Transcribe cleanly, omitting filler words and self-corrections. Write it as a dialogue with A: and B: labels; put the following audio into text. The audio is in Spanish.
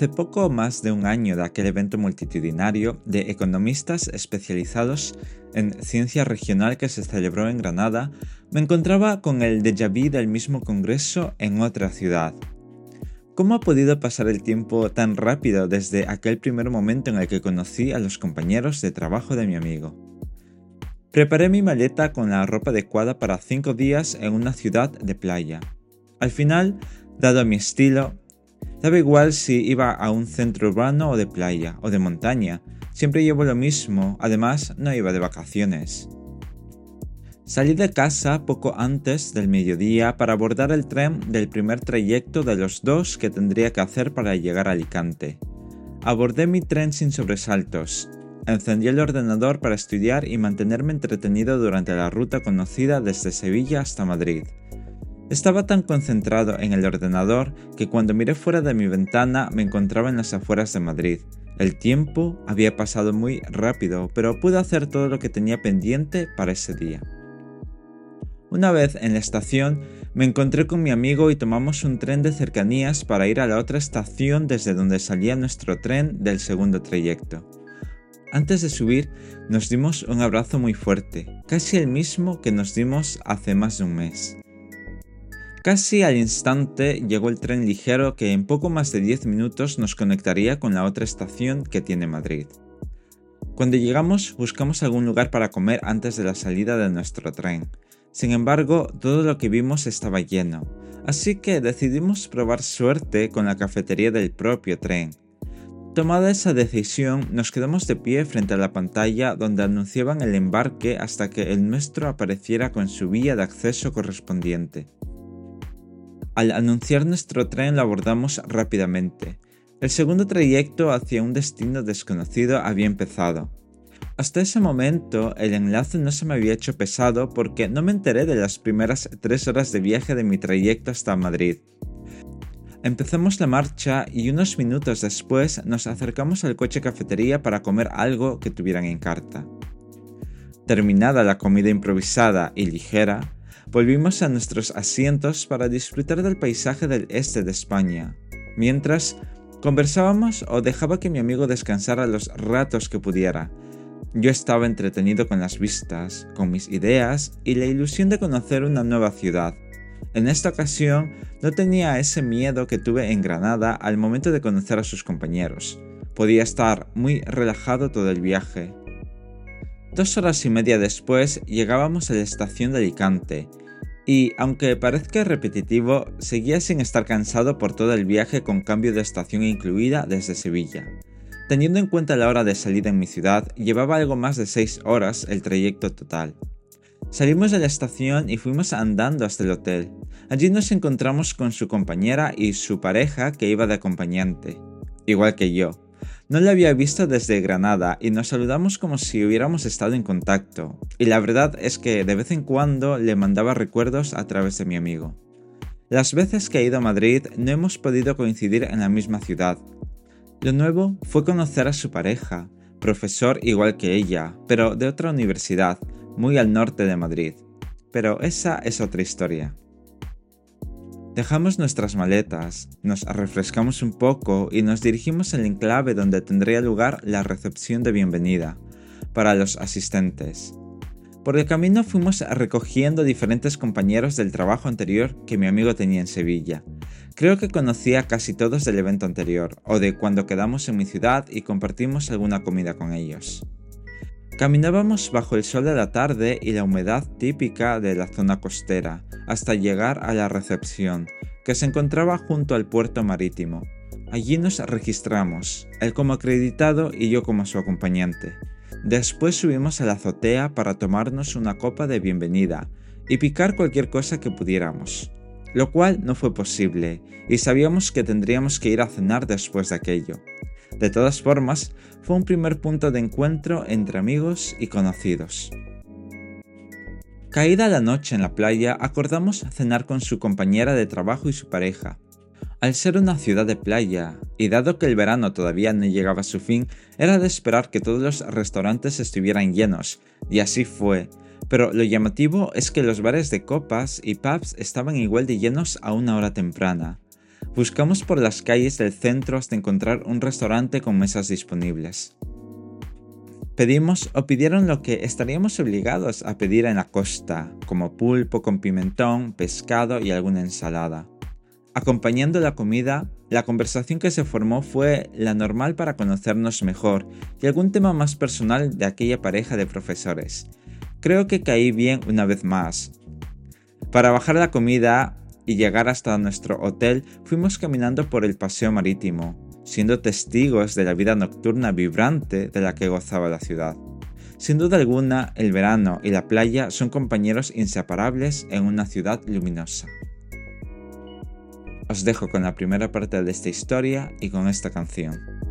A: Hace poco más de un año de aquel evento multitudinario de economistas especializados en ciencia regional que se celebró en Granada, me encontraba con el déjà vu del mismo congreso en otra ciudad. ¿Cómo ha podido pasar el tiempo tan rápido desde aquel primer momento en el que conocí a los compañeros de trabajo de mi amigo? Preparé mi maleta con la ropa adecuada para 5 días en una ciudad de playa. Al final, dado mi estilo, daba igual si iba a un centro urbano o de playa o de montaña, siempre llevo lo mismo, además no iba de vacaciones. Salí de casa poco antes del mediodía para abordar el tren del primer trayecto de los 2 que tendría que hacer para llegar a Alicante. Abordé mi tren sin sobresaltos. Encendí el ordenador para estudiar y mantenerme entretenido durante la ruta conocida desde Sevilla hasta Madrid. Estaba tan concentrado en el ordenador que cuando miré fuera de mi ventana me encontraba en las afueras de Madrid. El tiempo había pasado muy rápido, pero pude hacer todo lo que tenía pendiente para ese día. Una vez en la estación, me encontré con mi amigo y tomamos un tren de cercanías para ir a la otra estación desde donde salía nuestro tren del segundo trayecto. Antes de subir, nos dimos un abrazo muy fuerte, casi el mismo que nos dimos hace más de un mes. Casi al instante llegó el tren ligero que en poco más de 10 minutos nos conectaría con la otra estación que tiene Madrid. Cuando llegamos, buscamos algún lugar para comer antes de la salida de nuestro tren. Sin embargo, todo lo que vimos estaba lleno, así que decidimos probar suerte con la cafetería del propio tren. Tomada esa decisión, nos quedamos de pie frente a la pantalla donde anunciaban el embarque hasta que el nuestro apareciera con su vía de acceso correspondiente. Al anunciar nuestro tren lo abordamos rápidamente. El segundo trayecto hacia un destino desconocido había empezado. Hasta ese momento el enlace no se me había hecho pesado porque no me enteré de las primeras 3 horas de viaje de mi trayecto hasta Madrid. Empezamos la marcha y unos minutos después nos acercamos al coche cafetería para comer algo que tuvieran en carta. Terminada la comida improvisada y ligera, volvimos a nuestros asientos para disfrutar del paisaje del este de España. Mientras conversábamos o dejaba que mi amigo descansara los ratos que pudiera. Yo estaba entretenido con las vistas, con mis ideas y la ilusión de conocer una nueva ciudad. En esta ocasión no tenía ese miedo que tuve en Granada al momento de conocer a sus compañeros. Podía estar muy relajado todo el viaje. 2 horas y media después llegábamos a la estación de Alicante y, aunque parezca repetitivo, seguía sin estar cansado por todo el viaje con cambio de estación incluida desde Sevilla. Teniendo en cuenta la hora de salida en mi ciudad, llevaba algo más de 6 horas el trayecto total. Salimos de la estación y fuimos andando hasta el hotel. Allí nos encontramos con su compañera y su pareja que iba de acompañante, igual que yo. No la había visto desde Granada y nos saludamos como si hubiéramos estado en contacto, y la verdad es que de vez en cuando le mandaba recuerdos a través de mi amigo. Las veces que he ido a Madrid no hemos podido coincidir en la misma ciudad. Lo nuevo fue conocer a su pareja, profesor igual que ella, pero de otra universidad, muy al norte de Madrid. Pero esa es otra historia. Dejamos nuestras maletas, nos refrescamos un poco y nos dirigimos al enclave donde tendría lugar la recepción de bienvenida para los asistentes. Por el camino fuimos recogiendo diferentes compañeros del trabajo anterior que mi amigo tenía en Sevilla. Creo que conocía a casi todos del evento anterior o de cuando quedamos en mi ciudad y compartimos alguna comida con ellos. Caminábamos bajo el sol de la tarde y la humedad típica de la zona costera, hasta llegar a la recepción, que se encontraba junto al puerto marítimo. Allí nos registramos, él como acreditado y yo como su acompañante. Después subimos a la azotea para tomarnos una copa de bienvenida y picar cualquier cosa que pudiéramos, lo cual no fue posible, y sabíamos que tendríamos que ir a cenar después de aquello. De todas formas, fue un primer punto de encuentro entre amigos y conocidos. Caída la noche en la playa, acordamos cenar con su compañera de trabajo y su pareja. Al ser una ciudad de playa, y dado que el verano todavía no llegaba a su fin, era de esperar que todos los restaurantes estuvieran llenos, y así fue, pero lo llamativo es que los bares de copas y pubs estaban igual de llenos a una hora temprana. Buscamos por las calles del centro hasta encontrar un restaurante con mesas disponibles. Pedimos o pidieron lo que estaríamos obligados a pedir en la costa, como pulpo con pimentón, pescado y alguna ensalada. Acompañando la comida, la conversación que se formó fue la normal para conocernos mejor y algún tema más personal de aquella pareja de profesores. Creo que caí bien una vez más. Para bajar la comida y llegar hasta nuestro hotel, fuimos caminando por el paseo marítimo, siendo testigos de la vida nocturna vibrante de la que gozaba la ciudad. Sin duda alguna, el verano y la playa son compañeros inseparables en una ciudad luminosa. Os dejo con la primera parte de esta historia y con esta canción.